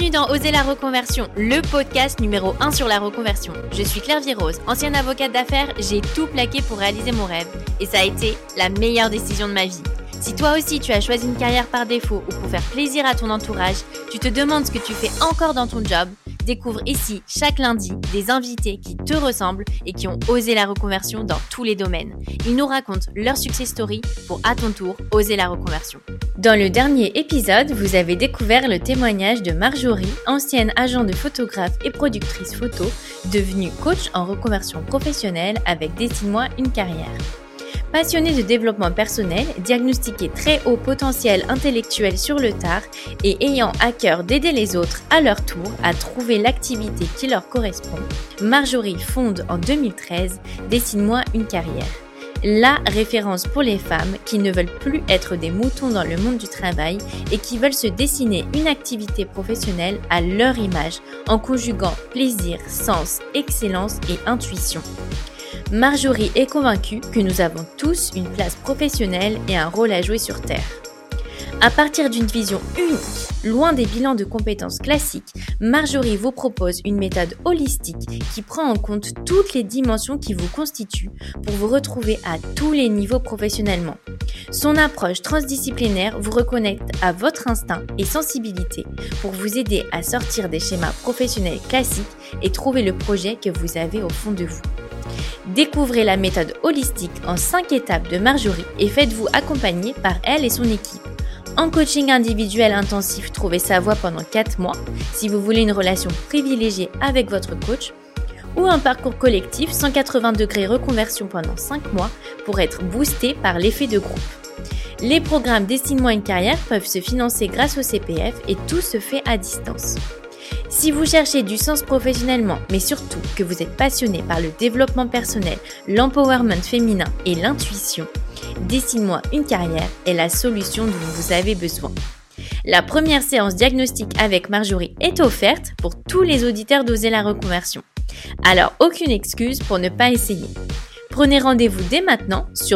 Bienvenue dans Oser la reconversion, le podcast numéro 1 sur la reconversion. Je suis Claire Virose, ancienne avocate d'affaires, j'ai tout plaqué pour réaliser mon rêve. Et ça a été la meilleure décision de ma vie. Si toi aussi tu as choisi une carrière par défaut ou pour faire plaisir à ton entourage, tu te demandes ce que tu fais encore dans ton job, découvre ici chaque lundi des invités qui te ressemblent et qui ont osé la reconversion dans tous les domaines. Ils nous racontent leur success story pour à ton tour oser la reconversion. Dans le dernier épisode, vous avez découvert le témoignage de Marjorie, ancienne agent de photographe et productrice photo, devenue coach en reconversion professionnelle avec Dessine-moi une carrière. Passionnée de développement personnel, diagnostiquée très haut potentiel intellectuel sur le tard et ayant à cœur d'aider les autres à leur tour à trouver l'activité qui leur correspond, Marjorie fonde en 2013 Dessine-moi une carrière. La référence pour les femmes qui ne veulent plus être des moutons dans le monde du travail et qui veulent se dessiner une activité professionnelle à leur image en conjuguant plaisir, sens, excellence et intuition. Marjorie est convaincue que nous avons tous une place professionnelle et un rôle à jouer sur Terre. À partir d'une vision unique, loin des bilans de compétences classiques, Marjorie vous propose une méthode holistique qui prend en compte toutes les dimensions qui vous constituent pour vous retrouver à tous les niveaux professionnellement. Son approche transdisciplinaire vous reconnecte à votre instinct et sensibilité pour vous aider à sortir des schémas professionnels classiques et trouver le projet que vous avez au fond de vous. Découvrez la méthode holistique en 5 étapes de Marjorie et faites-vous accompagner par elle et son équipe. En coaching individuel intensif, trouvez sa voie pendant 4 mois si vous voulez une relation privilégiée avec votre coach, ou un parcours collectif 180 degrés reconversion pendant 5 mois pour être boosté par l'effet de groupe. Les programmes Dessine-moi une carrière peuvent se financer grâce au CPF et tout se fait à distance. Si vous cherchez du sens professionnellement, mais surtout que vous êtes passionné par le développement personnel, l'empowerment féminin et l'intuition, Dessine-moi une carrière est la solution dont vous avez besoin. La première séance diagnostic avec Marjorie est offerte pour tous les auditeurs d'Oser la reconversion. Alors aucune excuse pour ne pas essayer. Prenez rendez-vous dès maintenant sur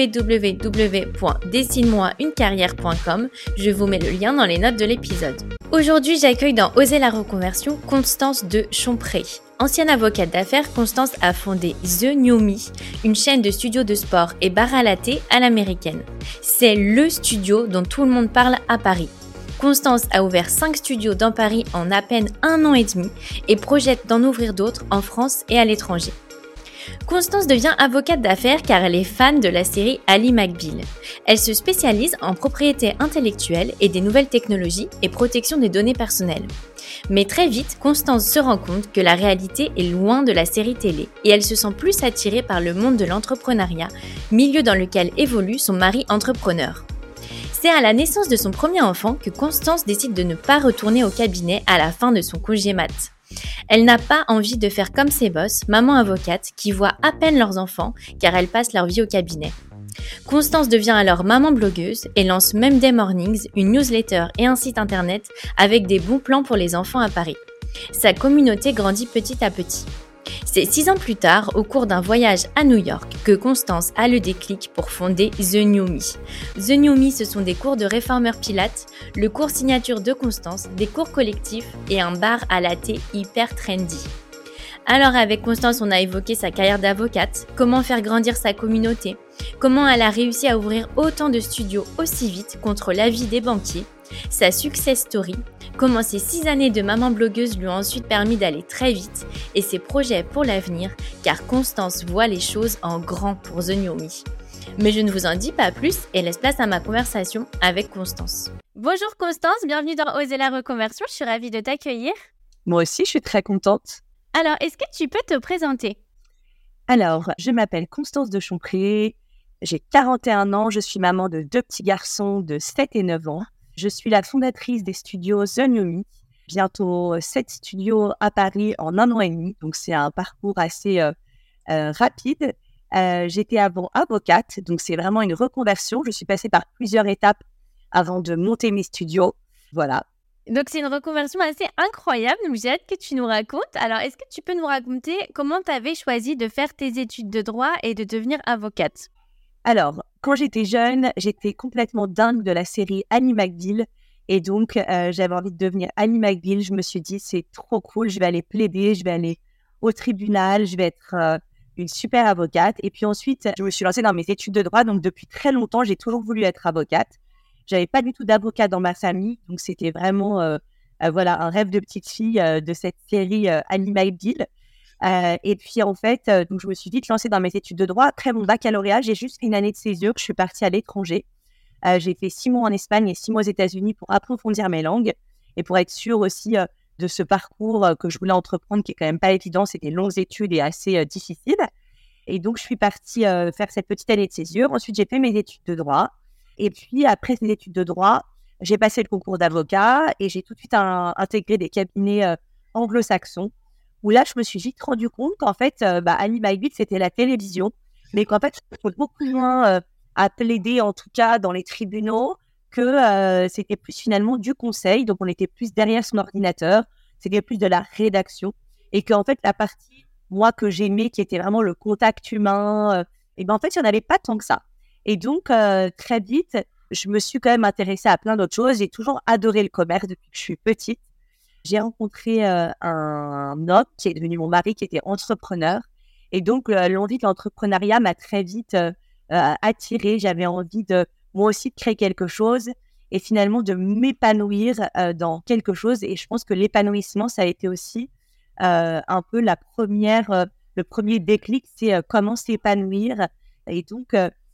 www.dessinemoiunecarrière.com. Je vous mets le lien dans les notes de l'épisode. Aujourd'hui, j'accueille dans Oser la reconversion Constance de Chompré. Ancienne avocate d'affaires, Constance a fondé The New Me, une chaîne de studios de sport et bar à latte à l'américaine. C'est le studio dont tout le monde parle à Paris. Constance a ouvert 5 studios dans Paris en à peine 1 an et demi et projette d'en ouvrir d'autres en France et à l'étranger. Constance devient avocate d'affaires car elle est fan de la série Ally McBeal. Elle se spécialise en propriété intellectuelle et des nouvelles technologies et protection des données personnelles. Mais très vite, Constance se rend compte que la réalité est loin de la série télé et elle se sent plus attirée par le monde de l'entrepreneuriat, milieu dans lequel évolue son mari entrepreneur. C'est à la naissance de son premier enfant que Constance décide de ne pas retourner au cabinet à la fin de son congé mat. Elle n'a pas envie de faire comme ses boss, maman avocate, qui voient à peine leurs enfants car elles passent leur vie au cabinet. Constance devient alors maman blogueuse et lance Mum Day Mornings, une newsletter et un site internet avec des bons plans pour les enfants à Paris. Sa communauté grandit petit à petit. C'est 6 ans plus tard, au cours d'un voyage à New York, que Constance a le déclic pour fonder The New Me. The New Me, ce sont des cours de réformeur Pilates, le cours signature de Constance, des cours collectifs et un bar à latte hyper trendy. Alors avec Constance, on a évoqué sa carrière d'avocate, comment faire grandir sa communauté, comment elle a réussi à ouvrir autant de studios aussi vite contre l'avis des banquiers, sa success story, comment ces 6 années de maman blogueuse lui ont ensuite permis d'aller très vite et ses projets pour l'avenir, car Constance voit les choses en grand pour The New Me. Mais je ne vous en dis pas plus et laisse place à ma conversation avec Constance. Bonjour Constance, bienvenue dans Oser la reconversion, je suis ravie de t'accueillir. Moi aussi, je suis très contente. Alors, est-ce que tu peux te présenter ? Alors, je m'appelle Constance de Chompré, j'ai 41 ans, je suis maman de 2 petits garçons de 7 et 9 ans. Je suis la fondatrice des studios The New Me, bientôt 7 studios à Paris en 1 an et demi, donc c'est un parcours assez rapide. J'étais avant avocate, donc c'est vraiment une reconversion. Je suis passée par plusieurs étapes avant de monter mes studios, voilà. Donc c'est une reconversion assez incroyable, donc j'ai hâte que tu nous racontes. Alors est-ce que tu peux nous raconter comment tu avais choisi de faire tes études de droit et de devenir avocate ? Alors, quand j'étais jeune, j'étais complètement dingue de la série Ally McBeal Et donc, j'avais envie de devenir Annie McBeal. Je me suis dit, c'est trop cool, je vais aller plaider, je vais aller au tribunal, je vais être une super avocate. Et puis ensuite, je me suis lancée dans mes études de droit. Donc, depuis très longtemps, j'ai toujours voulu être avocate. J'avais pas du tout d'avocat dans ma famille. Donc, c'était vraiment voilà, un rêve de petite fille de cette série Annie McBeal. Et puis, en fait, donc je me suis vite lancée dans mes études de droit. Après mon baccalauréat, j'ai juste fait une année de césure que je suis partie à l'étranger. J'ai fait 6 mois en Espagne et 6 mois aux États-Unis pour approfondir mes langues et pour être sûre aussi de ce parcours que je voulais entreprendre, qui est quand même pas évident. C'était longues études et assez difficile. Et donc, je suis partie faire cette petite année de césure. Ensuite, j'ai fait mes études de droit. Et puis, après ces études de droit, j'ai passé le concours d'avocat et j'ai tout de suite intégré des cabinets anglo-saxons, où là, je me suis vite rendu compte qu'en fait, Annie McBeal, c'était la télévision, mais qu'en fait, je trouve beaucoup moins à plaider, en tout cas dans les tribunaux, que c'était plus finalement du conseil. Donc, on était plus derrière son ordinateur, c'était plus de la rédaction. Et qu'en fait, la partie, moi, que j'aimais, qui était vraiment le contact humain, et ben en fait, il n'y en avait pas tant que ça. Et donc, très vite, je me suis quand même intéressée à plein d'autres choses. J'ai toujours adoré le commerce depuis que je suis petite. J'ai rencontré un homme qui est devenu mon mari, qui était entrepreneur. Et donc, l'envie de l'entrepreneuriat m'a très vite attirée. J'avais envie de, moi aussi, de créer quelque chose et finalement de m'épanouir dans quelque chose. Et je pense que l'épanouissement, ça a été aussi un peu le premier déclic, c'est comment s'épanouir. Et donc,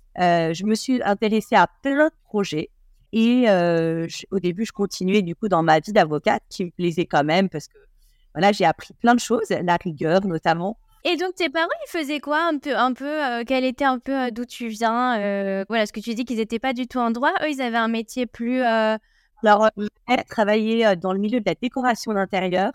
je me suis intéressée à plein de projets. Et au début, je continuais du coup dans ma vie d'avocate qui me plaisait quand même parce que voilà, j'ai appris plein de choses, la rigueur notamment. Et donc, tes parents, ils faisaient quoi quel était un peu d'où tu viens Voilà, ce que tu dis qu'ils n'étaient pas du tout en droit. Eux, ils avaient un métier plus... Alors, mon père travaillait dans le milieu de la décoration d'intérieur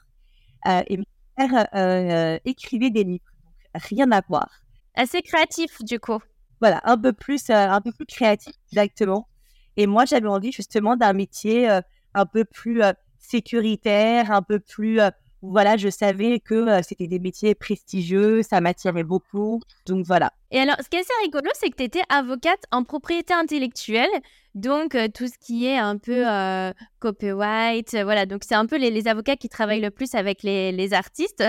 et mon père écrivait des livres. Donc, rien à voir. Assez créatif, du coup. Voilà, un peu plus créatif, exactement. Et moi, j'avais envie justement d'un métier un peu plus sécuritaire, un peu plus... voilà, je savais que c'était des métiers prestigieux, ça m'attirait beaucoup. Donc, voilà. Et alors, ce qui est assez rigolo, c'est que tu étais avocate en propriété intellectuelle. Donc, tout ce qui est un peu copyright, voilà. Donc, c'est un peu les avocats qui travaillent le plus avec les artistes.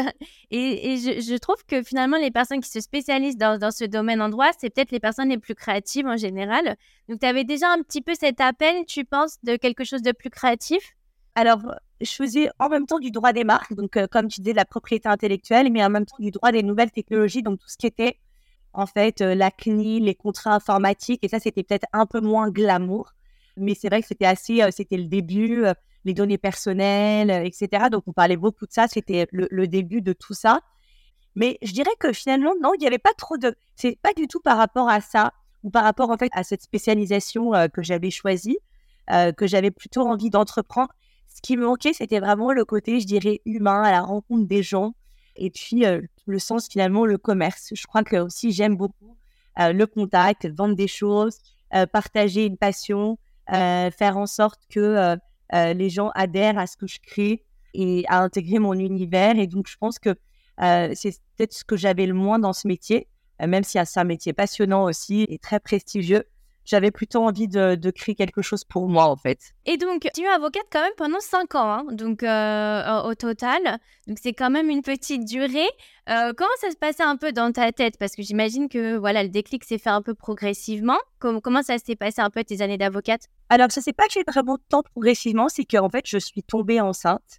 Et je trouve que finalement, les personnes qui se spécialisent dans ce domaine en droit, c'est peut-être les personnes les plus créatives en général. Donc, tu avais déjà un petit peu cet appel, tu penses, de quelque chose de plus créatif? Alors, je faisais en même temps du droit des marques, donc comme tu disais, de la propriété intellectuelle, mais en même temps du droit des nouvelles technologies, donc tout ce qui était en fait la CNIL, les contrats informatiques, et ça, c'était peut-être un peu moins glamour, mais c'est vrai que c'était le début, les données personnelles, etc. Donc, on parlait beaucoup de ça, c'était le début de tout ça. Mais je dirais que finalement, non, il n'y avait pas trop de... C'est pas du tout par rapport à ça, ou par rapport en fait à cette spécialisation que j'avais choisie, que j'avais plutôt envie d'entreprendre. Ce qui me manquait, c'était vraiment le côté, je dirais, humain, à la rencontre des gens. Et puis, le sens, finalement, le commerce. Je crois que aussi, j'aime beaucoup le contact, vendre des choses, partager une passion, faire en sorte que les gens adhèrent à ce que je crée et à intégrer mon univers. Et donc, je pense que c'est peut-être ce que j'avais le moins dans ce métier, même si c'est un métier passionnant aussi et très prestigieux. J'avais plutôt envie de créer quelque chose pour moi, en fait. Et donc, tu es avocate quand même pendant 5 ans, hein, donc au total. Donc, c'est quand même une petite durée. Comment ça se passait un peu dans ta tête? Parce que j'imagine que voilà, le déclic s'est fait un peu progressivement. Comment ça s'est passé un peu tes années d'avocate? Alors, ça s'est pas fait vraiment tant progressivement, c'est qu'en fait, je suis tombée enceinte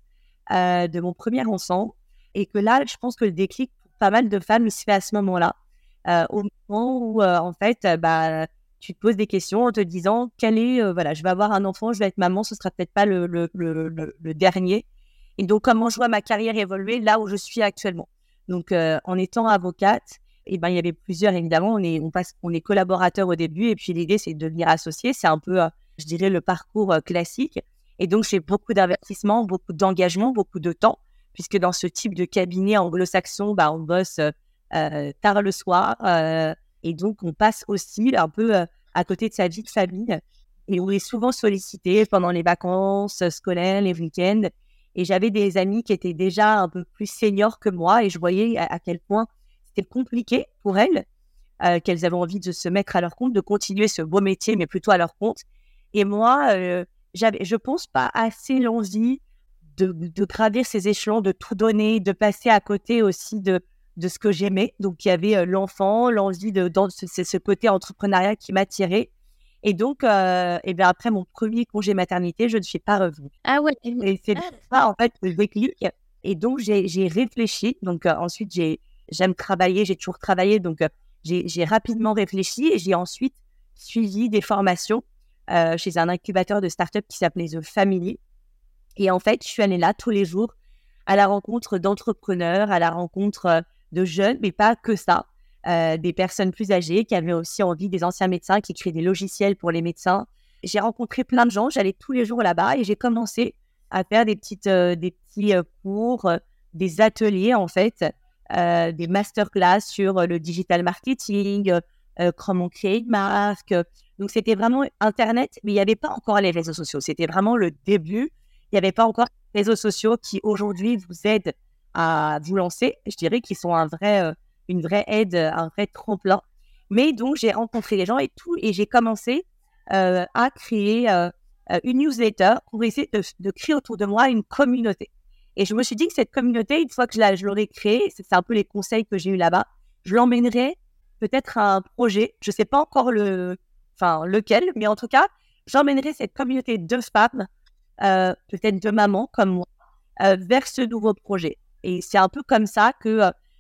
de mon premier enfant et que là, je pense que le déclic pour pas mal de femmes, il se fait à ce moment-là. Au moment où, en fait, tu te poses des questions en te disant voilà, je vais avoir un enfant, je vais être maman, ce sera peut-être pas le dernier. Et donc, comment je vois ma carrière évoluer là où je suis actuellement. Donc, en étant avocate, il y avait plusieurs, évidemment, on est collaborateurs au début et puis l'idée, c'est de devenir associé. C'est un peu, je dirais, le parcours classique. Et donc, j'ai beaucoup d'investissement, beaucoup d'engagement, beaucoup de temps, puisque dans ce type de cabinet anglo-saxon, on bosse tard le soir. Et donc, on passe aussi un peu à côté de sa vie de famille. Et on est souvent sollicité pendant les vacances scolaires, les week-ends. Et j'avais des amis qui étaient déjà un peu plus seniors que moi. Et je voyais à quel point c'était compliqué pour elles, qu'elles avaient envie de se mettre à leur compte, de continuer ce beau métier, mais plutôt à leur compte. Et moi, je pense, pas assez l'envie de gravir ces échelons, de tout donner, de passer à côté aussi de ce que j'aimais. Donc, il y avait l'enfant, l'envie dans ce côté entrepreneuriat qui m'attirait. Et donc, et bien après mon premier congé maternité, je ne suis pas revenue. Ah ouais. Et c'est ça, en fait, le déclic. Et donc, j'ai réfléchi. Donc, ensuite, j'aime travailler, j'ai toujours travaillé. Donc, j'ai rapidement réfléchi et j'ai ensuite suivi des formations chez un incubateur de start-up qui s'appelait The Family. Et en fait, je suis allée là tous les jours à la rencontre d'entrepreneurs, à la rencontre de jeunes, mais pas que ça. Des personnes plus âgées qui avaient aussi envie, des anciens médecins qui créaient des logiciels pour les médecins. J'ai rencontré plein de gens, j'allais tous les jours là-bas et j'ai commencé à faire des petits cours, des ateliers en fait, des masterclass sur le digital marketing, comment créer une marque. Donc, c'était vraiment Internet, mais il n'y avait pas encore les réseaux sociaux. C'était vraiment le début. Il n'y avait pas encore les réseaux sociaux qui, aujourd'hui, vous aident à vous lancer. Je dirais qu'ils sont une vraie aide, un vrai tremplin. Mais donc, j'ai rencontré les gens et tout, et j'ai commencé à créer une newsletter pour essayer de créer autour de moi une communauté. Et je me suis dit que cette communauté, une fois que je l'aurais créée, c'est un peu les conseils que j'ai eus là-bas, je l'emmènerais peut-être à un projet, je ne sais pas encore lequel, mais en tout cas, j'emmènerais cette communauté de femmes, peut-être de mamans comme moi, vers ce nouveau projet. Et c'est un peu comme ça que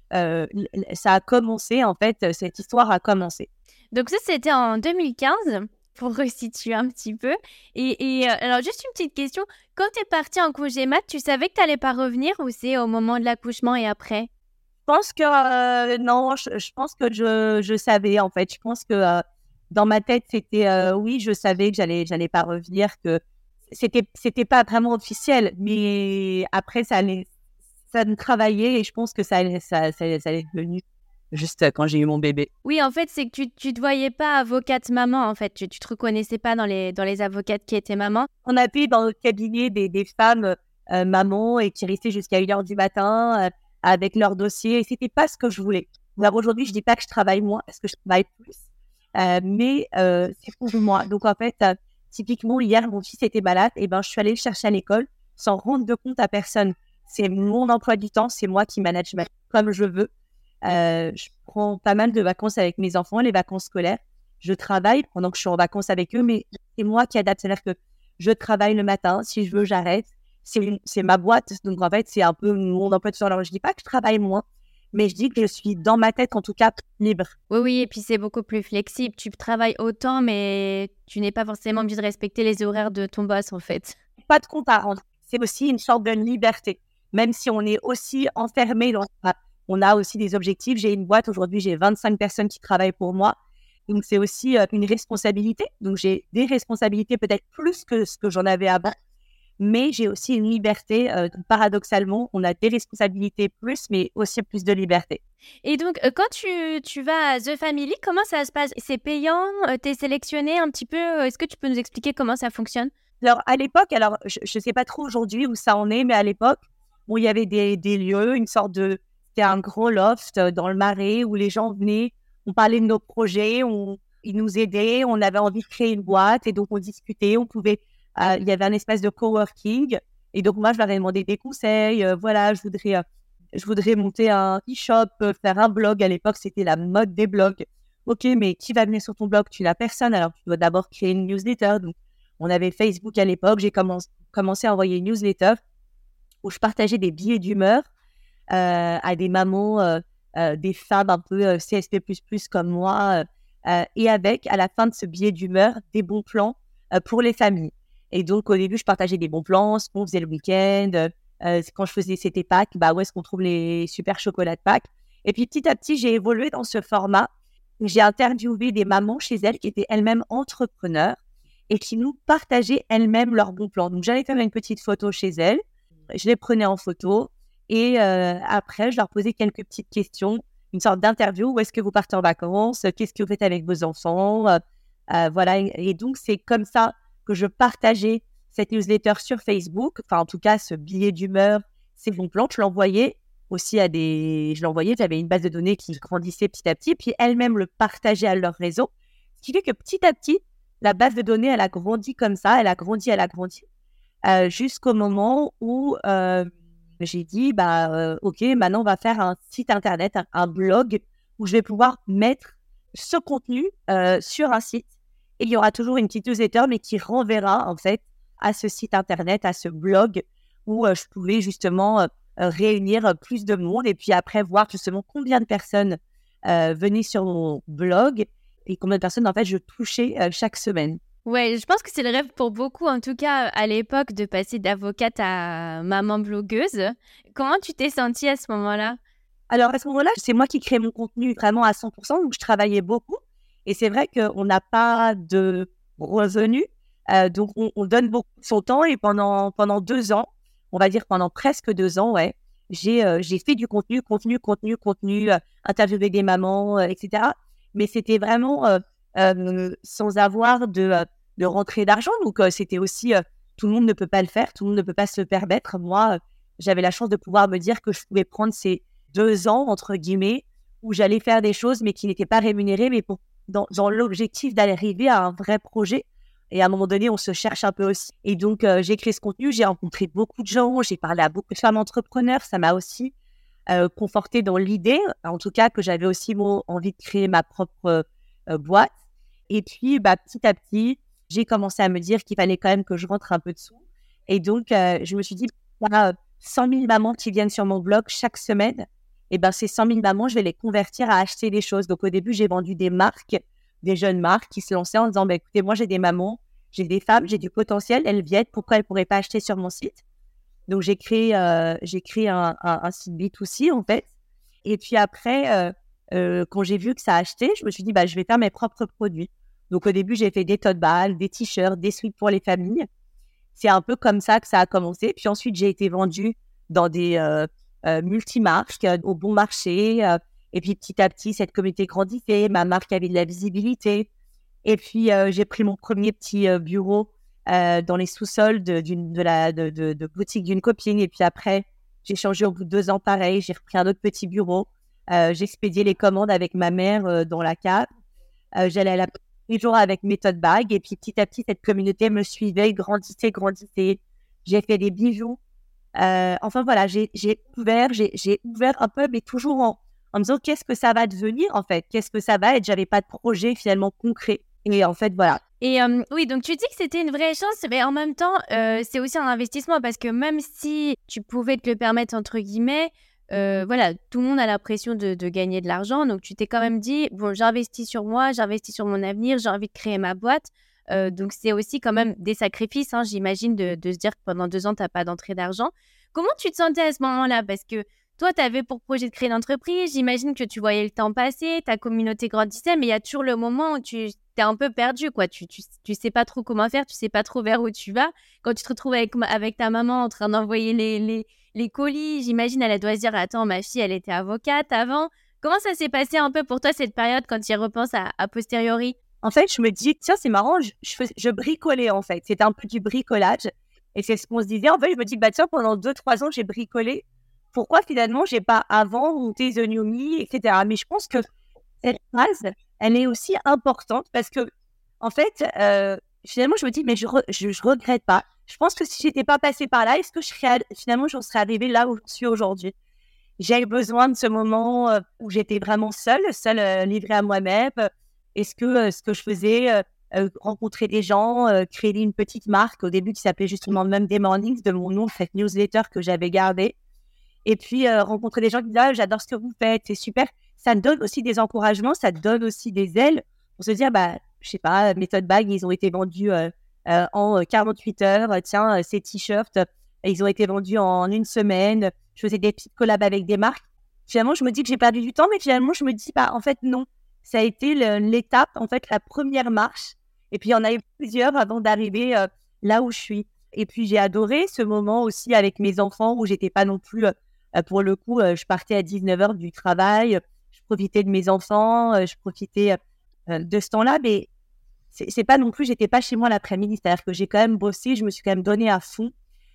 ça a commencé, en fait, cette histoire a commencé. Donc ça, c'était en 2015, pour resituer un petit peu. Et alors, juste une petite question. Quand tu es partie en congé mat, tu savais que tu n'allais pas revenir ou c'est au moment de l'accouchement et après? Je pense que non, je pense que je savais, en fait. Je pense que dans ma tête, c'était oui, je savais que j'allais pas revenir, que c'était pas vraiment officiel, mais après ça me travaillait et je pense que ça allait devenu juste quand j'ai eu mon bébé. Oui, en fait, c'est que tu te voyais pas avocate maman, en fait. Tu te reconnaissais pas dans les avocates qui étaient mamans. On a vu dans le cabinet des femmes mamans et qui restaient jusqu'à 1h du matin avec leur dossier. Et c'était pas ce que je voulais. Alors aujourd'hui, je dis pas que je travaille moins parce que je travaille plus. Mais c'est pour moi. Donc en fait, typiquement, hier, mon fils était malade. Et ben, je suis allée le chercher à l'école sans rendre de compte à personne. C'est mon emploi du temps. C'est moi qui manage ma vie comme je veux. Je prends pas mal de vacances avec mes enfants, les vacances scolaires. Je travaille pendant que je suis en vacances avec eux, mais c'est moi qui adapte. C'est-à-dire que je travaille le matin. Si je veux, j'arrête. C'est ma boîte. Donc, en fait, c'est un peu mon emploi du temps. Alors, je dis pas que je travaille moins, mais je dis que je suis dans ma tête, en tout cas, libre. Oui, et puis c'est beaucoup plus flexible. Tu travailles autant, mais tu n'es pas forcément obligé de respecter les horaires de ton boss, en fait. Pas de compte à rendre. C'est aussi une sorte de liberté. Même si on est aussi enfermé on a aussi des objectifs. J'ai une boîte. Aujourd'hui, j'ai 25 personnes qui travaillent pour moi. Donc, c'est aussi une responsabilité. Donc, j'ai des responsabilités peut-être plus que ce que j'en avais avant. Mais j'ai aussi une liberté. Donc paradoxalement, on a des responsabilités plus, mais aussi plus de liberté. Et donc, quand tu vas à The Family, comment ça se passe? C'est payant? Tu es sélectionné un petit peu? Est-ce que tu peux nous expliquer comment ça fonctionne? Alors, à l'époque, je ne sais pas trop aujourd'hui où ça en est, mais à l'époque, bon, il y avait des lieux, c'était un gros loft dans le Marais où les gens venaient, on parlait de nos projets, ils nous aidaient, on avait envie de créer une boîte et donc on discutait, il y avait un espace de coworking et donc moi, je leur ai demandé des conseils. Voilà, je voudrais monter un e-shop, faire un blog. À l'époque, c'était la mode des blogs. Ok, mais qui va venir sur ton blog? Tu n'as personne, alors tu dois d'abord créer une newsletter. Donc, on avait Facebook à l'époque. J'ai commencé à envoyer une newsletter où je partageais des billets d'humeur à des mamans, des femmes un peu CSP++ comme moi, et avec, à la fin de ce billet d'humeur, des bons plans pour les familles. Et donc, au début, je partageais des bons plans, ce qu'on faisait le week-end. Quand je faisais c'était Pâques, où est-ce qu'on trouve les super chocolats de Pâques. Et puis, petit à petit, j'ai évolué dans ce format. J'ai interviewé des mamans chez elles qui étaient elles-mêmes entrepreneurs et qui nous partageaient elles-mêmes leurs bons plans. Donc, j'allais faire une petite photo chez elles. Je les prenais en photo. Et après, je leur posais quelques petites questions, une sorte d'interview. Où est-ce que vous partez en vacances? Qu'est-ce que vous faites avec vos enfants? Voilà. Et donc, c'est comme ça que je partageais cette newsletter sur Facebook. Enfin, en tout cas, ce billet d'humeur, ces bons plans, je l'envoyais aussi j'avais une base de données qui grandissait petit à petit. Puis elles-mêmes le partageaient à leur réseau. Ce qui fait que petit à petit, la base de données, elle a grandi comme ça, elle a grandi, jusqu'au moment où j'ai dit, OK, maintenant, on va faire un site internet, un blog, où je vais pouvoir mettre ce contenu sur un site. Et il y aura toujours une petite newsletter, mais qui renverra, en fait, à ce site internet, à ce blog, où je pouvais justement réunir plus de monde et puis après voir justement combien de personnes venaient sur mon blog et combien de personnes, en fait, je touchais chaque semaine. Ouais, je pense que c'est le rêve pour beaucoup, en tout cas à l'époque, de passer d'avocate à maman blogueuse. Comment tu t'es sentie à ce moment-là? Alors, à ce moment-là, c'est moi qui crée mon contenu vraiment à 100%, donc je travaillais beaucoup. Et c'est vrai qu'on n'a pas de revenus, donc on donne beaucoup de son temps. Et pendant 2 ans, on va dire pendant presque 2 ans, ouais, j'ai fait du contenu, interviewer des mamans, etc. Mais c'était vraiment sans avoir de rentrée d'argent. Donc, c'était aussi, tout le monde ne peut pas le faire, tout le monde ne peut pas se le permettre. Moi, j'avais la chance de pouvoir me dire que je pouvais prendre ces 2 ans, entre guillemets, où j'allais faire des choses, mais qui n'étaient pas rémunérées, mais dans l'objectif d'aller arriver à un vrai projet. Et à un moment donné, on se cherche un peu aussi. Et donc, j'ai créé ce contenu, j'ai rencontré beaucoup de gens, j'ai parlé à beaucoup de femmes entrepreneurs. Ça m'a aussi confortée dans l'idée, en tout cas, que j'avais aussi envie de créer ma propre boîte. Et puis, petit à petit, j'ai commencé à me dire qu'il fallait quand même que je rentre un peu de sous. Et donc, je me suis dit, 100 000 mamans qui viennent sur mon blog chaque semaine, et ces 100 000 mamans, je vais les convertir à acheter des choses. Donc, au début, j'ai vendu des marques, des jeunes marques qui se lançaient en disant, écoutez, moi, j'ai des mamans, j'ai des femmes, j'ai du potentiel, elles viennent, pourquoi elles ne pourraient pas acheter sur mon site? Donc, j'ai créé un site B2C, en fait. Et puis après, quand j'ai vu que ça achetait, je me suis dit, je vais faire mes propres produits. Donc, au début, j'ai fait des tote bags, des t-shirts, des sweats pour les familles. C'est un peu comme ça que ça a commencé. Puis ensuite, j'ai été vendue dans des multimarques, au bon marché. Et puis, petit à petit, cette communauté grandissait. Ma marque avait de la visibilité. Et puis, j'ai pris mon premier petit bureau dans les sous-sols de boutique d'une copine. Et puis après, j'ai changé au bout de 2 ans, pareil. J'ai repris un autre petit bureau. J'expédiais les commandes avec ma mère dans la cave. J'allais à la toujours avec mes tote bags. Et puis, petit à petit, cette communauté me suivait, grandissait. J'ai fait des bijoux. Enfin, voilà, j'ai ouvert un peu, mais toujours en me disant, qu'est-ce que ça va devenir, en fait? Qu'est-ce que ça va être? J'avais pas de projet, finalement, concret. Et en fait, voilà. Et oui, donc tu dis que c'était une vraie chance, mais en même temps, c'est aussi un investissement parce que même si tu pouvais te le permettre, entre guillemets, voilà, tout le monde a la pression de gagner de l'argent. Donc, tu t'es quand même dit, bon, j'investis sur moi, j'investis sur mon avenir, j'ai envie de créer ma boîte. Donc, c'est aussi quand même des sacrifices, hein, j'imagine, de se dire que pendant 2 ans, tu n'as pas d'entrée d'argent. Comment tu te sentais à ce moment-là? Parce que toi, tu avais pour projet de créer une entreprise. J'imagine que tu voyais le temps passer, ta communauté grandissait, mais il y a toujours le moment où tu es un peu perdu, quoi. Tu sais pas trop comment faire, tu sais pas trop vers où tu vas. Quand tu te retrouves avec ta maman en train d'envoyer les colis, j'imagine, elle doit se dire, attends, ma fille, elle était avocate avant. Comment ça s'est passé un peu pour toi, cette période, quand tu y repenses à posteriori? En fait, je me dis, tiens, c'est marrant, je bricolais, en fait. C'était un peu du bricolage. Et c'est ce qu'on se disait. En fait, je me dis, tiens, pendant 2-3 ans, j'ai bricolé. Pourquoi, finalement, j'ai pas avant monté The New Me, etc. Mais je pense que cette phrase, elle est aussi importante parce que, en fait, finalement, je me dis, mais je regrette pas. Je pense que si j'étais pas passée par là, est-ce que finalement, j'en serais arrivée là où je suis aujourd'hui? J'ai eu besoin de ce moment où j'étais vraiment seule, livrée à moi-même. Est-ce que ce que je faisais, rencontrer des gens, créer une petite marque au début qui s'appelait justement Monday Mornings, de mon nom, cette newsletter que j'avais gardée. Et puis, rencontrer des gens qui disent « Ah, j'adore ce que vous faites, c'est super ». Ça me donne aussi des encouragements, ça te donne aussi des ailes pour se dire, je sais pas, mes tote bags, ils ont été vendus en 48 heures. Tiens, ces t-shirts, ils ont été vendus en 1 semaine. Je faisais des petites collabs avec des marques. Finalement, je me dis que j'ai perdu du temps, mais finalement, je me dis, en fait, non. Ça a été l'étape, en fait, la première marche. Et puis, il y en a eu plusieurs avant d'arriver là où je suis. Et puis, j'ai adoré ce moment aussi avec mes enfants où j'étais pas non plus... pour le coup, je partais à 19h du travail, je profitais de mes enfants, je profitais de ce temps-là, mais c'est pas non plus, j'étais pas chez moi l'après-midi, c'est-à-dire que j'ai quand même bossé, je me suis quand même donnée à fond,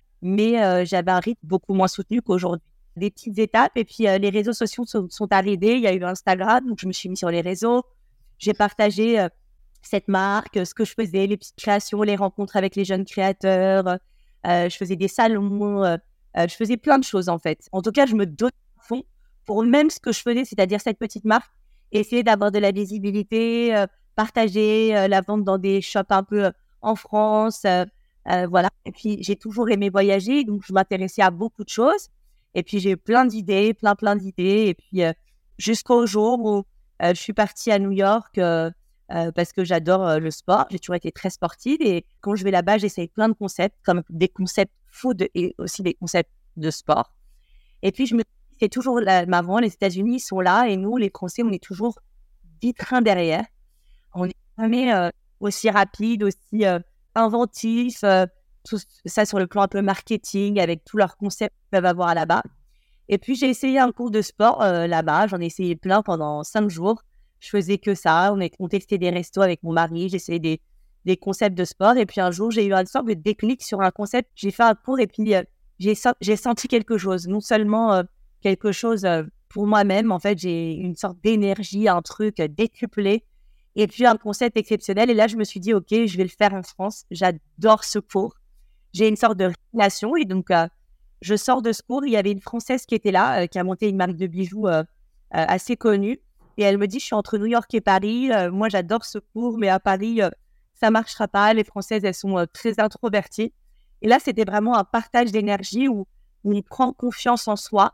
mais j'avais un rythme beaucoup moins soutenu qu'aujourd'hui. Des petites étapes, et puis les réseaux sociaux sont arrivés, il y a eu Instagram, donc je me suis mise sur les réseaux, j'ai partagé cette marque, ce que je faisais, les petites créations, les rencontres avec les jeunes créateurs. Je faisais des salons, je faisais plein de choses en fait. En tout cas, je me donnais à fond pour même ce que je faisais, c'est-à-dire cette petite marque, essayer d'avoir de la visibilité, partager la vente dans des shops un peu en France. Voilà. Et puis, j'ai toujours aimé voyager, donc je m'intéressais à beaucoup de choses. Et puis, j'ai eu plein d'idées, plein d'idées. Et puis, jusqu'au jour où je suis partie à New York parce que j'adore le sport. J'ai toujours été très sportive. Et quand je vais là-bas, j'essaye plein de concepts, comme des concepts food et aussi des concepts de sport. Et puis, je me dis, c'est toujours avant, les États-Unis, ils sont là. Et nous, les Français, on est toujours 10 trains derrière. On n'est jamais aussi rapide, aussi inventif. Tout ça sur le plan un peu marketing, avec tous leurs concepts qu'ils peuvent avoir là-bas. Et puis, j'ai essayé un cours de sport là-bas. J'en ai essayé plein pendant 5 jours. Je faisais que ça. On testait des restos avec mon mari. J'essayais des concepts de sport. Et puis, un jour, j'ai eu une sorte de déclic sur un concept. J'ai fait un cours et puis j'ai senti quelque chose. Non seulement quelque chose pour moi-même. En fait, j'ai une sorte d'énergie, un truc décuplé. Et puis, un concept exceptionnel. Et là, je me suis dit, OK, je vais le faire en France. J'adore ce cours. J'ai une sorte de relation. Et donc, je sors de ce cours. Il y avait une Française qui était là, qui a monté une marque de bijoux assez connue. Et elle me dit, je suis entre New York et Paris. Moi, j'adore ce cours, mais à Paris, ça ne marchera pas. Les Françaises, elles sont très introverties. Et là, c'était vraiment un partage d'énergie où on prend confiance en soi,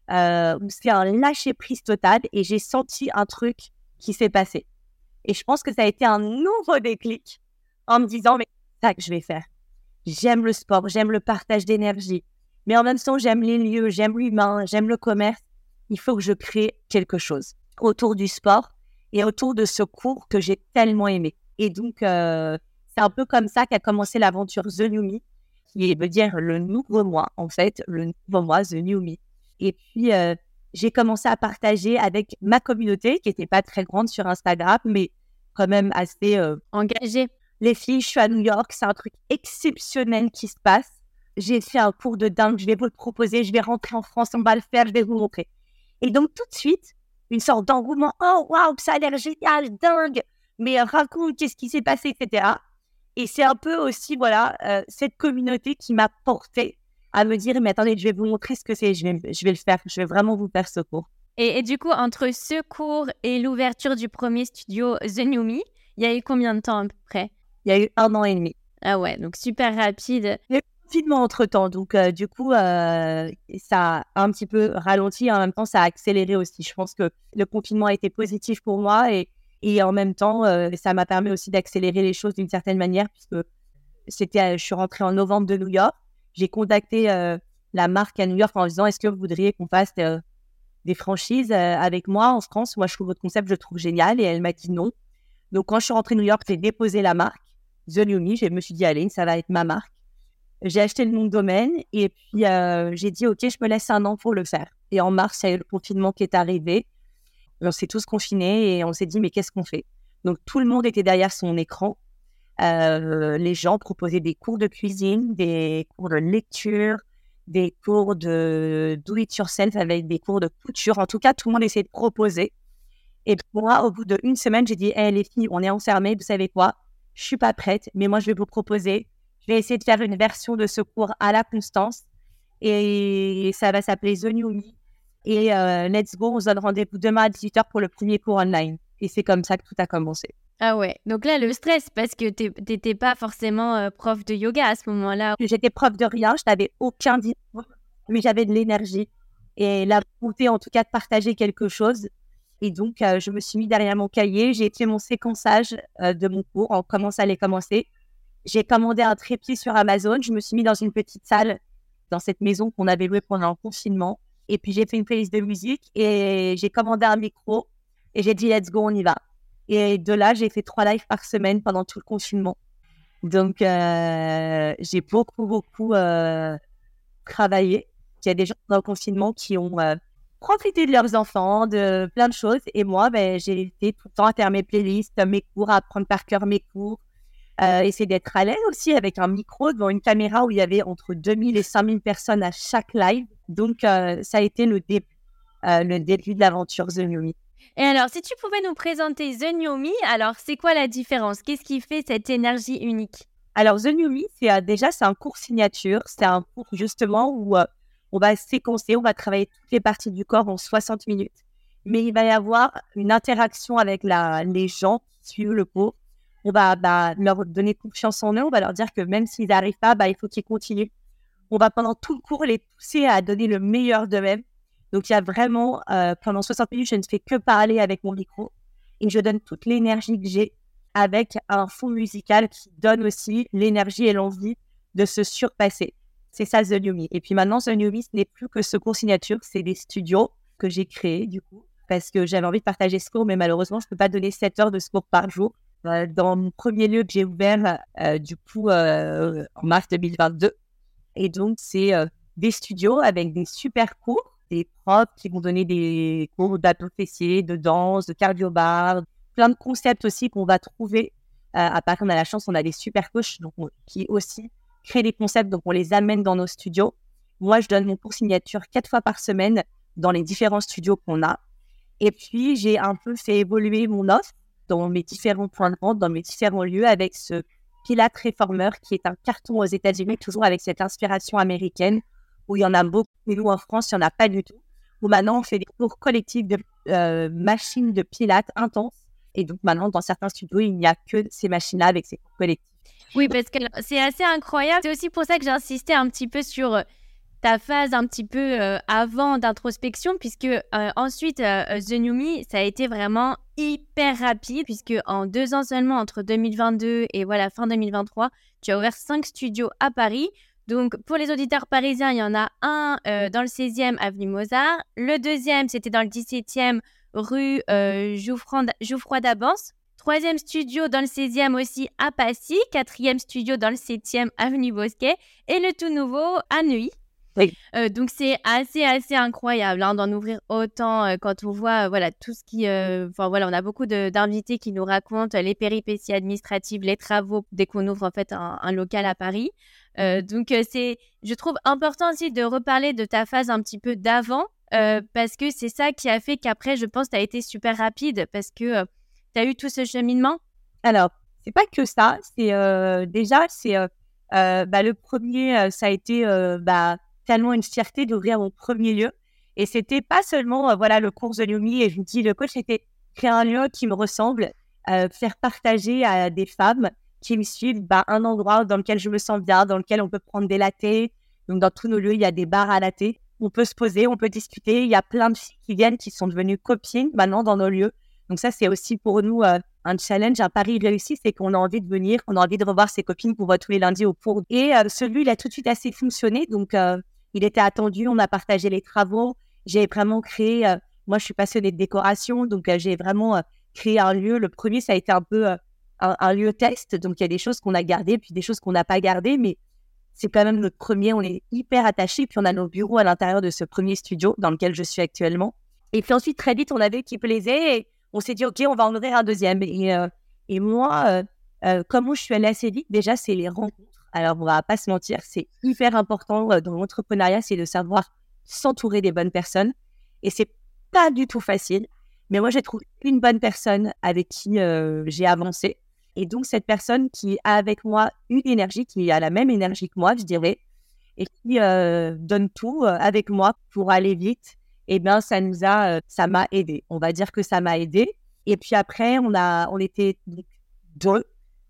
où c'est un lâcher-prise total. Et j'ai senti un truc qui s'est passé. Et je pense que ça a été un nouveau déclic en me disant, mais c'est ça que je vais faire. J'aime le sport, j'aime le partage d'énergie. Mais en même temps, j'aime les lieux, j'aime l'humain, j'aime le commerce. Il faut que je crée quelque chose autour du sport et autour de ce cours que j'ai tellement aimé. Et donc, c'est un peu comme ça qu'a commencé l'aventure The New Me, qui veut dire le nouveau moi, en fait, le nouveau moi, The New Me. Et puis, j'ai commencé à partager avec ma communauté, qui n'était pas très grande sur Instagram, mais quand même assez engagée. Les filles, je suis à New York, c'est un truc exceptionnel qui se passe. J'ai fait un cours de dingue, je vais vous le proposer, je vais rentrer en France, on va le faire, je vais vous montrer. Et donc, tout de suite, une sorte d'engouement. Oh, waouh, ça a l'air génial, dingue. Mais raconte, qu'est-ce qui s'est passé, etc. Et c'est un peu aussi, voilà, cette communauté qui m'a portée à me dire, mais attendez, je vais vous montrer ce que c'est, je vais le faire, je vais vraiment vous faire ce cours. Et du coup, entre ce cours et l'ouverture du premier studio The New Me, il y a eu combien de temps à peu près? Il y a eu 1 an et demi. Ah ouais, donc super rapide. Il y a eu confinement entre-temps, donc du coup, ça a un petit peu ralenti, en même temps, ça a accéléré aussi. Je pense que le confinement a été positif pour moi et en même temps, ça m'a permis aussi d'accélérer les choses d'une certaine manière, puisque je suis rentrée en novembre de New York. J'ai contacté la marque à New York en disant, est-ce que vous voudriez qu'on fasse des franchises avec moi en France? Moi, je trouve votre concept, je le trouve génial. Et elle m'a dit non. Donc, quand je suis rentrée à New York, j'ai déposé la marque The New Me. Je me suis dit, allez, ça va être ma marque. J'ai acheté le nom de domaine et puis j'ai dit, OK, je me laisse 1 an pour le faire. Et en mars, il y a eu le confinement qui est arrivé. On s'est tous confinés et on s'est dit, mais qu'est-ce qu'on fait? Donc, tout le monde était derrière son écran. Les gens proposaient des cours de cuisine, des cours de lecture, des cours de do-it-yourself avec des cours de couture. En tout cas, tout le monde essayait de proposer. Et moi, au bout d'1 semaine, j'ai dit, les filles, on est enfermées, vous savez quoi? Je suis pas prête, mais moi, je vais vous proposer. Je vais essayer de faire une version de ce cours à la Constance. Et ça va s'appeler The New Me. Et let's go, on se donne rendez-vous demain à 18h pour le premier cours online. Et c'est comme ça que tout a commencé. Ah ouais, donc là, le stress, parce que t'étais pas forcément prof de yoga à ce moment-là. J'étais prof de rien, je n'avais aucun diplôme, mais j'avais de l'énergie et la volonté en tout cas de partager quelque chose. Et donc, je me suis mis derrière mon cahier, j'ai fait mon séquençage de mon cours, on allait commencer. J'ai commandé un trépied sur Amazon, je me suis mis dans une petite salle, dans cette maison qu'on avait louée pendant le confinement. Et puis, j'ai fait une playlist de musique et j'ai commandé un micro et j'ai dit, let's go, on y va. Et de là, j'ai fait 3 lives par semaine pendant tout le confinement. Donc, j'ai beaucoup travaillé. Il y a des gens dans le confinement qui ont profité de leurs enfants, de plein de choses. Et moi, j'ai été tout le temps à faire mes playlists, mes cours, à apprendre par cœur mes cours. Essayer d'être à l'aise aussi avec un micro devant une caméra où il y avait entre 2000 et 5000 personnes à chaque live. Donc, ça a été le début de l'aventure The New Me. Et alors, si tu pouvais nous présenter The New Me, alors c'est quoi la différence? Qu'est-ce qui fait cette énergie unique? Alors, The New Me, c'est un cours signature. C'est un cours justement où on va séquencer, on va travailler toutes les parties du corps en 60 minutes. Mais il va y avoir une interaction avec les gens qui suivent le cours. On va leur donner confiance en eux. On va leur dire que même s'ils n'arrivent pas, il faut qu'ils continuent. On va pendant tout le cours les pousser à donner le meilleur d'eux-mêmes. Donc, il y a vraiment, pendant 60 minutes, je ne fais que parler avec mon micro et je donne toute l'énergie que j'ai avec un fond musical qui donne aussi l'énergie et l'envie de se surpasser. C'est ça, The New Me. Et puis maintenant, The New Me, ce n'est plus que ce cours signature, c'est des studios que j'ai créés, du coup, parce que j'avais envie de partager ce cours, mais malheureusement, je ne peux pas donner 7 heures de ce cours par jour. Dans mon premier lieu que j'ai ouvert, en mars 2022. Et donc, c'est des studios avec des super cours, des profs qui vont donner des cours d'abdos fessiers, de danse, de cardio-bar, plein de concepts aussi qu'on va trouver. À Paris, on a la chance, on a des super coachs qui aussi créent des concepts, donc on les amène dans nos studios. Moi, je donne mon cours signature 4 fois par semaine dans les différents studios qu'on a. Et puis, j'ai un peu fait évoluer mon offre dans mes différents points de vente, dans mes différents lieux, avec ce Pilates Reformer, qui est un carton aux États-Unis, toujours avec cette inspiration américaine, où il y en a beaucoup, mais nous, en France, il n'y en a pas du tout. Où maintenant, on fait des cours collectifs de machines de Pilates intenses. Et donc, maintenant, dans certains studios, il n'y a que ces machines-là avec ces cours collectifs. Oui, parce que c'est assez incroyable. C'est aussi pour ça que j'ai insisté un petit peu sur ta phase un petit peu avant d'introspection, puisque ensuite, The New Me, ça a été vraiment hyper rapide, puisque en 2 ans seulement, entre 2022 et voilà, fin 2023, tu as ouvert 5 studios à Paris. Donc, pour les auditeurs parisiens, il y en a un dans le 16e avenue Mozart. Le deuxième, c'était dans le 17e rue Geoffroy d'Abance. 3e studio dans le 16e aussi à Passy. 4e studio dans le 7e avenue Bosquet. Et le tout nouveau à Neuilly. Oui. Donc, c'est assez incroyable d'en ouvrir autant quand on voit tout ce qui... on a beaucoup d'invités qui nous racontent les péripéties administratives, les travaux dès qu'on ouvre en fait un local à Paris. Donc, c'est, je trouve important aussi de reparler de ta phase un petit peu d'avant parce que c'est ça qui a fait qu'après, je pense, tu as été super rapide parce que tu as eu tout ce cheminement. Alors, c'est pas que ça. C'est le premier, ça a été tellement une fierté d'ouvrir mon premier lieu. Et c'était pas seulement le cours The New Me. Et je vous dis, le coach, c'était créer un lieu qui me ressemble, faire partager à des femmes qui me suivent un endroit dans lequel je me sens bien, dans lequel on peut prendre des lattés. Donc, dans tous nos lieux, il y a des bars à lattés. On peut se poser, on peut discuter. Il y a plein de filles qui viennent, qui sont devenues copines maintenant dans nos lieux. Donc ça, c'est aussi pour nous un challenge, un pari réussi, c'est qu'on a envie de venir, on a envie de revoir ses copines qu'on voit tous les lundis au cours. Et celui, il a tout de suite assez fonctionné. Donc, il était attendu, on a partagé les travaux. J'ai vraiment créé, moi, je suis passionnée de décoration, donc j'ai vraiment créé un lieu. Le premier, ça a été un peu un lieu test. Donc, il y a des choses qu'on a gardées, puis des choses qu'on n'a pas gardées, mais c'est quand même notre premier. On est hyper attachés, puis on a nos bureaux à l'intérieur de ce premier studio dans lequel je suis actuellement. Et puis ensuite, très vite, on avait qui plaisait et on s'est dit, OK, on va en ouvrir un deuxième. Et moi, comment je suis allée assez vite, déjà, c'est les rencontres. Alors, on va pas se mentir, c'est hyper important dans l'entrepreneuriat, c'est de savoir s'entourer des bonnes personnes. Et c'est pas du tout facile. Mais moi, j'ai trouvé une bonne personne avec qui j'ai avancé. Et donc, cette personne qui a avec moi une énergie, qui a la même énergie que moi, je dirais, et qui donne tout avec moi pour aller vite, eh bien, ça m'a aidé. On va dire que ça m'a aidé. Et puis après, on était deux.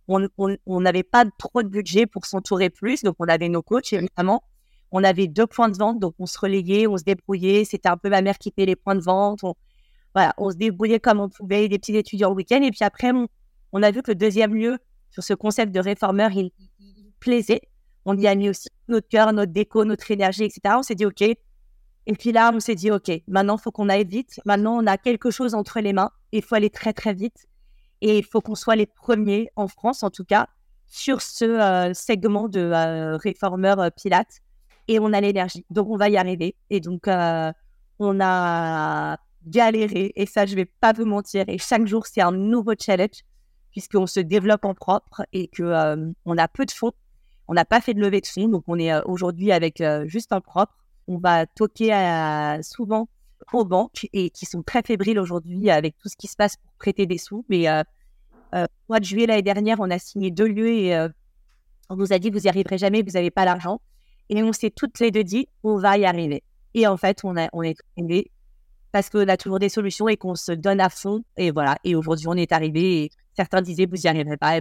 On n'avait pas trop de budget pour s'entourer plus. Donc, on avait nos coachs, évidemment. On avait 2 points de vente. Donc, on se relayait, on se débrouillait. C'était un peu ma mère qui payait les points de vente. On se débrouillait comme on pouvait, des petits étudiants le week-end. Et puis après, on a vu que le deuxième lieu, sur ce concept de réformeur, il plaisait. On y a mis aussi notre cœur, notre déco, notre énergie, etc. On s'est dit, OK. Et puis là, on s'est dit, OK, maintenant, il faut qu'on aille vite. Maintenant, on a quelque chose entre les mains. Il faut aller très, très vite. Et il faut qu'on soit les premiers, en France en tout cas, sur ce segment de réformeur Pilates. Et on a l'énergie. Donc, on va y arriver. Et donc, on a galéré. Et ça, je ne vais pas vous mentir. Et chaque jour, c'est un nouveau challenge puisqu'on se développe en propre et qu'on a peu de fonds. On n'a pas fait de levée de fonds. Donc, on est aujourd'hui avec juste un propre. On va toquer souvent aux banques et qui sont très fébriles aujourd'hui avec tout ce qui se passe pour prêter des sous. Mais au mois de juillet l'année dernière, on a signé 2 lieux et on nous a dit, vous n'y arriverez jamais, vous n'avez pas l'argent. Et on s'est toutes les deux dit, on va y arriver. Et en fait, on est arrivé parce qu'on a toujours des solutions et qu'on se donne à fond. Et voilà. Et aujourd'hui, on est arrivé et certains disaient, vous n'y arriverez pas. Et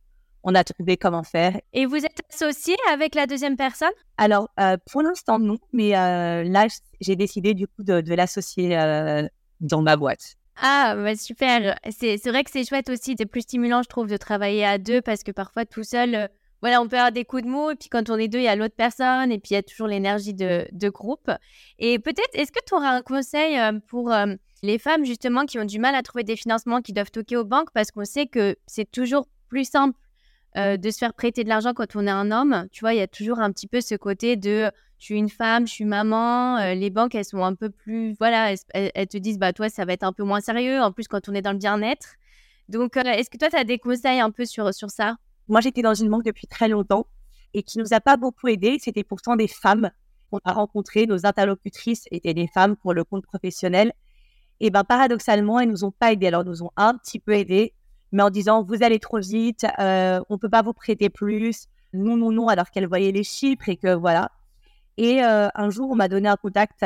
on a trouvé comment faire. Et vous êtes associé avec la deuxième personne? Alors, pour l'instant, non. Mais là, j'ai décidé du coup de l'associer dans ma boîte. Ah, bah super. C'est vrai que c'est chouette aussi. C'est plus stimulant, je trouve, de travailler à deux parce que parfois, tout seul, voilà, on peut avoir des coups de mou. Et puis, quand on est deux, il y a l'autre personne. Et puis, il y a toujours l'énergie de groupe. Et peut-être, est-ce que tu auras un conseil pour les femmes, justement, qui ont du mal à trouver des financements, qui doivent toquer aux banques? Parce qu'on sait que c'est toujours plus simple de se faire prêter de l'argent quand on est un homme. Tu vois, il y a toujours un petit peu ce côté de je suis une femme, je suis maman. Les banques, elles sont un peu plus... Voilà, elles te disent, bah toi, ça va être un peu moins sérieux. En plus, quand on est dans le bien-être. Donc, est-ce que toi, tu as des conseils un peu sur ça? Moi, j'étais dans une banque depuis très longtemps et qui nous a pas beaucoup aidés. C'était pourtant des femmes qu'on a rencontrées. Nos interlocutrices étaient des femmes pour le compte professionnel. Et paradoxalement, elles nous ont pas aidés. Alors, nous ont un petit peu aidés, mais en disant, vous allez trop vite, on peut pas vous prêter plus. Non, non, non, alors qu'elles voyaient les chiffres et que voilà. Et un jour, on m'a donné un contact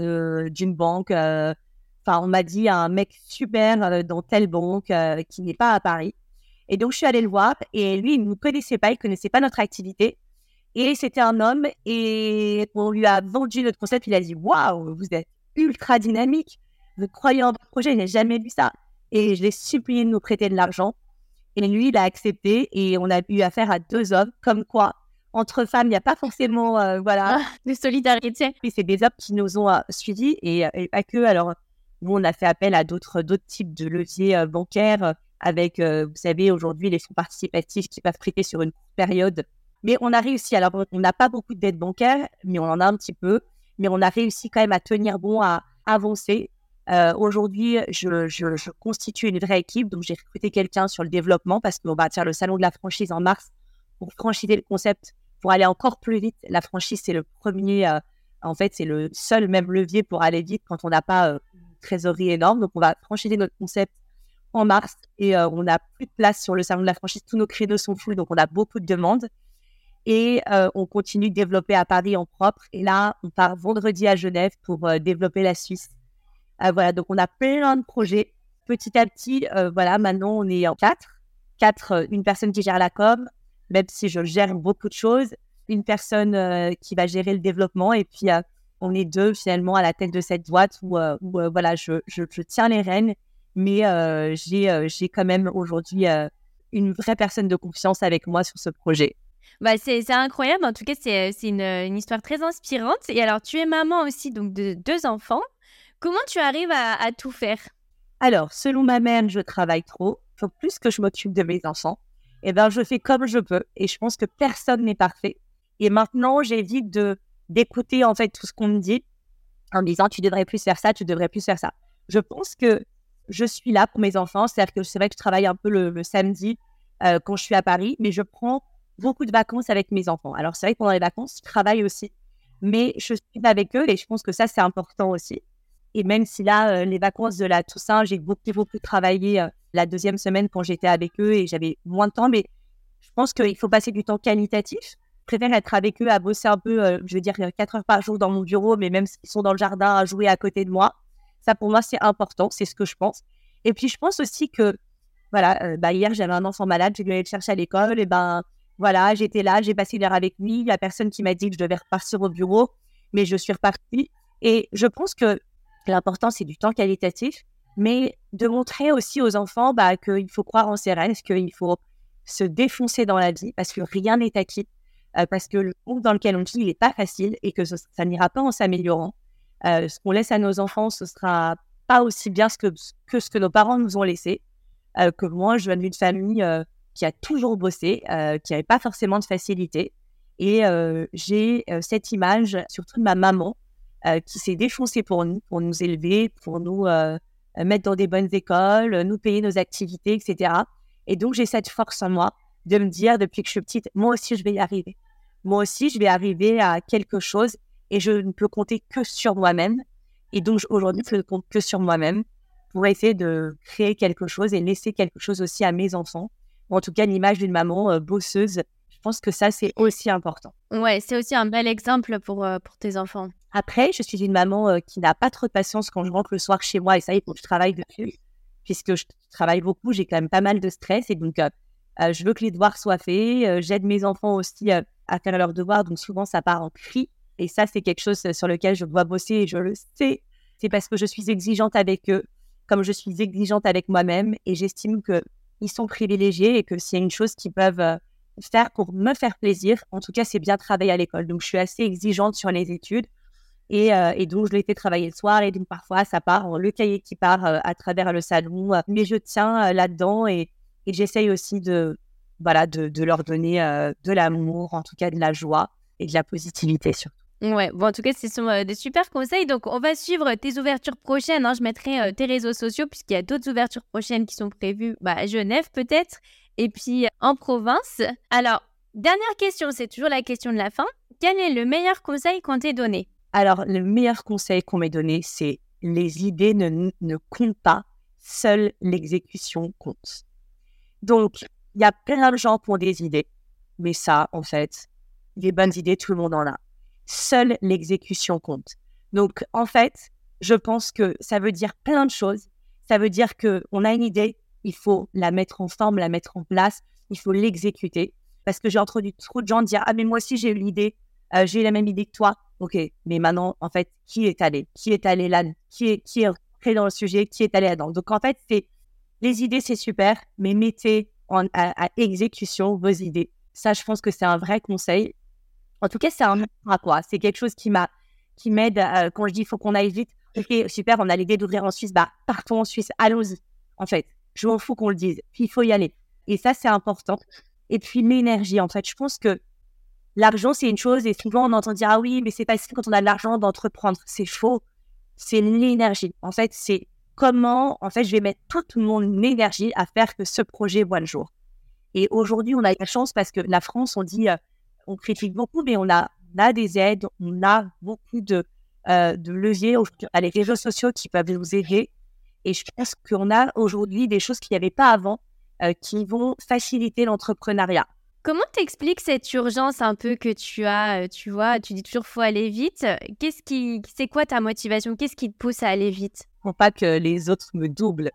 d'une banque. On m'a dit un mec super dans telle banque qui n'est pas à Paris. Et donc, je suis allée le voir et lui, il ne nous connaissait pas, il ne connaissait pas notre activité. Et c'était un homme et on lui a vendu notre concept. Il a dit, waouh, vous êtes ultra dynamique. Vous croyez en votre projet, il n'a jamais vu ça. Et je l'ai supplié de nous prêter de l'argent. Et lui, il a accepté et on a eu affaire à 2 hommes. Comme quoi, entre femmes, il n'y a pas forcément, de solidarité. Et c'est des hommes qui nous ont suivis et pas que. Alors, nous, on a fait appel à d'autres types de leviers bancaires avec, vous savez, aujourd'hui, les fonds participatifs qui peuvent prêter sur une courte période. Mais on a réussi. Alors, on n'a pas beaucoup de dettes bancaires, mais on en a un petit peu. Mais on a réussi quand même à tenir bon, à avancer. Aujourd'hui, je constitue une vraie équipe. Donc, j'ai recruté quelqu'un sur le développement parce qu'on va faire le salon de la franchise en mars pour franchiser le concept, pour aller encore plus vite. La franchise, c'est le premier, en fait, c'est le seul même levier pour aller vite quand on n'a pas une trésorerie énorme. Donc, on va franchiser notre concept en mars et on n'a plus de place sur le salon de la franchise. Tous nos créneaux sont full, donc on a beaucoup de demandes. Et on continue de développer à Paris en propre. Et là, on part vendredi à Genève pour développer la Suisse. Voilà, donc on a plein de projets. Petit à petit, maintenant, on est en 4. Une personne qui gère la com, même si je gère beaucoup de choses. Une personne qui va gérer le développement. Et puis, on est 2, finalement, à la tête de cette boîte où je tiens les rênes. Mais j'ai quand même aujourd'hui une vraie personne de confiance avec moi sur ce projet. C'est incroyable. En tout cas, c'est une histoire très inspirante. Et alors, tu es maman aussi donc de 2 enfants. Comment tu arrives à tout faire? Alors, selon ma mère, je travaille trop. Il faut plus que je m'occupe de mes enfants. Je fais comme je peux. Et je pense que personne n'est parfait. Et maintenant, j'évite d'écouter en fait tout ce qu'on me dit en me disant tu devrais plus faire ça, tu devrais plus faire ça. Je pense que je suis là pour mes enfants. C'est-à-dire que c'est vrai que je travaille un peu le samedi quand je suis à Paris, mais je prends beaucoup de vacances avec mes enfants. Alors, c'est vrai que pendant les vacances, je travaille aussi. Mais je suis avec eux et je pense que ça, c'est important aussi. Et même si là, les vacances de la Toussaint, j'ai beaucoup travaillé la 2e semaine quand j'étais avec eux et j'avais moins de temps. Mais je pense qu'il faut passer du temps qualitatif. Je préfère être avec eux, à bosser un peu, 4 heures par jour dans mon bureau, mais même s'ils sont dans le jardin, à jouer à côté de moi. Ça, pour moi, c'est important. C'est ce que je pense. Et puis, je pense aussi que, hier, j'avais un enfant malade, j'ai dû aller le chercher à l'école. Et j'étais là, j'ai passé l'heure avec lui. Il n'y a personne qui m'a dit que je devais repartir au bureau, mais je suis repartie. Et je pense que l'important, c'est du temps qualitatif, mais de montrer aussi aux enfants qu'il faut croire en ses rêves, qu'il faut se défoncer dans la vie, parce que rien n'est acquis, parce que le monde dans lequel on vit, il n'est pas facile et que ça n'ira pas en s'améliorant. Ce qu'on laisse à nos enfants, ce sera pas aussi bien que ce que nos parents nous ont laissé. Que moi, je viens d'une famille qui a toujours bossé, qui n'avait pas forcément de facilité. Et j'ai cette image, surtout de ma maman, qui s'est défoncée pour nous élever, pour nous mettre dans des bonnes écoles, nous payer nos activités, etc. Et donc, j'ai cette force en moi de me dire, depuis que je suis petite, moi aussi, je vais y arriver. Moi aussi, je vais arriver à quelque chose et je ne peux compter que sur moi-même. Et donc, aujourd'hui, je ne compte que sur moi-même pour essayer de créer quelque chose et laisser quelque chose aussi à mes enfants. Ou en tout cas, l'image d'une maman bosseuse. Je pense que ça, c'est aussi important. Ouais, c'est aussi un bel exemple pour tes enfants. Après, je suis une maman qui n'a pas trop de patience quand je rentre le soir chez moi. Et ça, il faut que je travaille dessus. Puisque je travaille beaucoup, j'ai quand même pas mal de stress. Et donc, je veux que les devoirs soient faits. J'aide mes enfants aussi à faire leurs devoirs. Donc, souvent, ça part en cris. Et ça, c'est quelque chose sur lequel je dois bosser. Et je le sais. C'est parce que je suis exigeante avec eux, comme je suis exigeante avec moi-même. Et j'estime qu'ils sont privilégiés et que s'il y a une chose qu'ils peuvent faire pour me faire plaisir, en tout cas, c'est bien travailler à l'école. Donc, je suis assez exigeante sur les études. Et donc, je les fais travailler le soir. Et donc, parfois, ça part, le cahier qui part à travers le salon. Mais je tiens là-dedans et j'essaye aussi de leur donner de l'amour, en tout cas de la joie et de la positivité surtout. Ouais, bon, en tout cas, ce sont des super conseils. Donc, on va suivre tes ouvertures prochaines. Je mettrai tes réseaux sociaux puisqu'il y a d'autres ouvertures prochaines qui sont prévues à Genève peut-être et puis en province. Alors, dernière question, c'est toujours la question de la fin. Quel est le meilleur conseil qu'on t'ait donné ? Alors, le meilleur conseil qu'on m'ait donné, c'est les idées ne comptent pas, seule l'exécution compte. Donc, il y a plein de gens qui ont des idées, mais ça, en fait, les bonnes idées, tout le monde en a. Seule l'exécution compte. Donc, en fait, je pense que ça veut dire plein de choses. Ça veut dire qu'on a une idée, il faut la mettre en forme, la mettre en place, il faut l'exécuter. Parce que j'ai entendu trop de gens dire « Ah, mais moi aussi, j'ai eu l'idée, j'ai eu la même idée que toi. » Ok, mais maintenant, en fait, qui est allé là? Qui est rentré dans le sujet? Qui est allé là-dedans? Donc, en fait, les idées, c'est super, mais mettez à exécution vos idées. Ça, je pense que c'est un vrai conseil. En tout cas, c'est un à quoi. C'est quelque chose qui m'aide quand je dis il faut qu'on aille vite. Ok, super, on a l'idée d'ouvrir en Suisse. Partons en Suisse, allons-y. En fait, je m'en fous qu'on le dise. Puis, il faut y aller. Et ça, c'est important. Et puis, l'énergie, en fait, je pense que l'argent, c'est une chose, et souvent on entend dire « Ah oui, mais c'est facile quand on a de l'argent d'entreprendre. » C'est faux. C'est l'énergie. En fait, c'est comment, en fait, je vais mettre toute mon énergie à faire que ce projet voit le jour. Et aujourd'hui, on a la chance parce que la France, on dit, on critique beaucoup, mais on a des aides, on a beaucoup de leviers à les réseaux sociaux qui peuvent nous aider. Et je pense qu'on a aujourd'hui des choses qu'il n'y avait pas avant qui vont faciliter l'entrepreneuriat. Comment t'expliques cette urgence un peu que tu as, tu vois, tu dis toujours faut aller vite. C'est quoi ta motivation? Qu'est-ce qui te pousse à aller vite? Pour pas que les autres me doublent.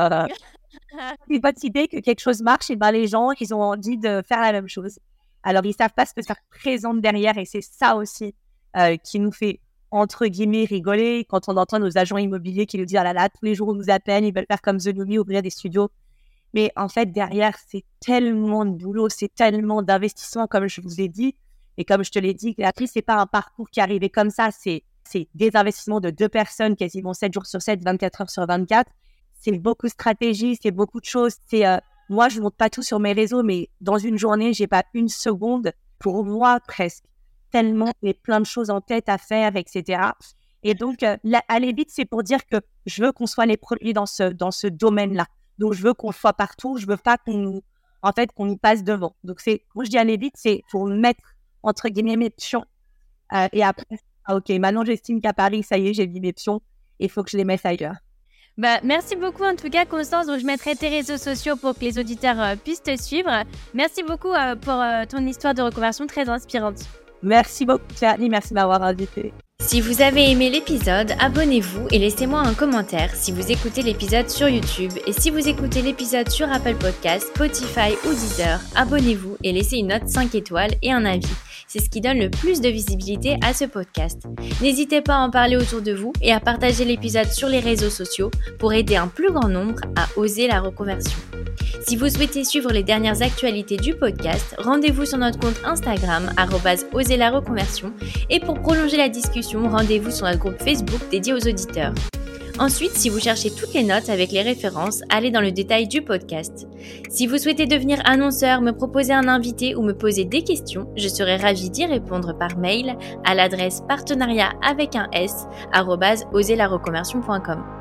C'est pas idée que quelque chose marche et les gens, ils ont envie de faire la même chose. Alors, ils savent pas ce que ça représente derrière et c'est ça aussi qui nous fait, entre guillemets, rigoler quand on entend nos agents immobiliers qui nous disent « Ah là là, tous les jours on nous appelle, ils veulent faire comme The Nomi, ouvrir des studios. » Mais en fait, derrière, c'est tellement de boulot, c'est tellement d'investissement, comme je vous ai dit. Et comme je te l'ai dit, Béatrice, c'est pas un parcours qui est arrivé comme ça. C'est des investissements de 2 personnes, quasiment 7 jours sur 7, 24 heures sur 24. C'est beaucoup de stratégie, c'est beaucoup de choses. Moi, je ne montre pas tout sur mes réseaux, mais dans une journée, j'ai pas une seconde pour moi presque. Tellement, j'ai plein de choses en tête à faire, etc. Et donc, aller vite, c'est pour dire que je veux qu'on soit les premiers dans ce domaine-là. Donc, je veux qu'on soit partout. Je veux pas qu'on y passe devant. Donc, moi, je dis aller vite, c'est pour mettre, entre guillemets, mes pions. Et après, ok, maintenant, j'estime qu'à Paris, ça y est, j'ai mis mes pions. Il faut que je les mette ailleurs. Merci beaucoup, en tout cas, Constance. Donc, je mettrai tes réseaux sociaux pour que les auditeurs puissent te suivre. Merci beaucoup pour ton histoire de reconversion très inspirante. Merci beaucoup, Charlie. Merci de m'avoir invitée. Si vous avez aimé l'épisode, abonnez-vous et laissez-moi un commentaire si vous écoutez l'épisode sur YouTube. Et si vous écoutez l'épisode sur Apple Podcasts, Spotify ou Deezer, abonnez-vous et laissez une note 5 étoiles et un avis. C'est ce qui donne le plus de visibilité à ce podcast. N'hésitez pas à en parler autour de vous et à partager l'épisode sur les réseaux sociaux pour aider un plus grand nombre à oser la reconversion. Si vous souhaitez suivre les dernières actualités du podcast, rendez-vous sur notre compte Instagram @oserlareconversion et pour prolonger la discussion, rendez-vous sur notre groupe Facebook dédié aux auditeurs. Ensuite, si vous cherchez toutes les notes avec les références, allez dans le détail du podcast. Si vous souhaitez devenir annonceur, me proposer un invité ou me poser des questions, je serai ravie d'y répondre par mail à l'adresse partenariat@oserlareconversion.com.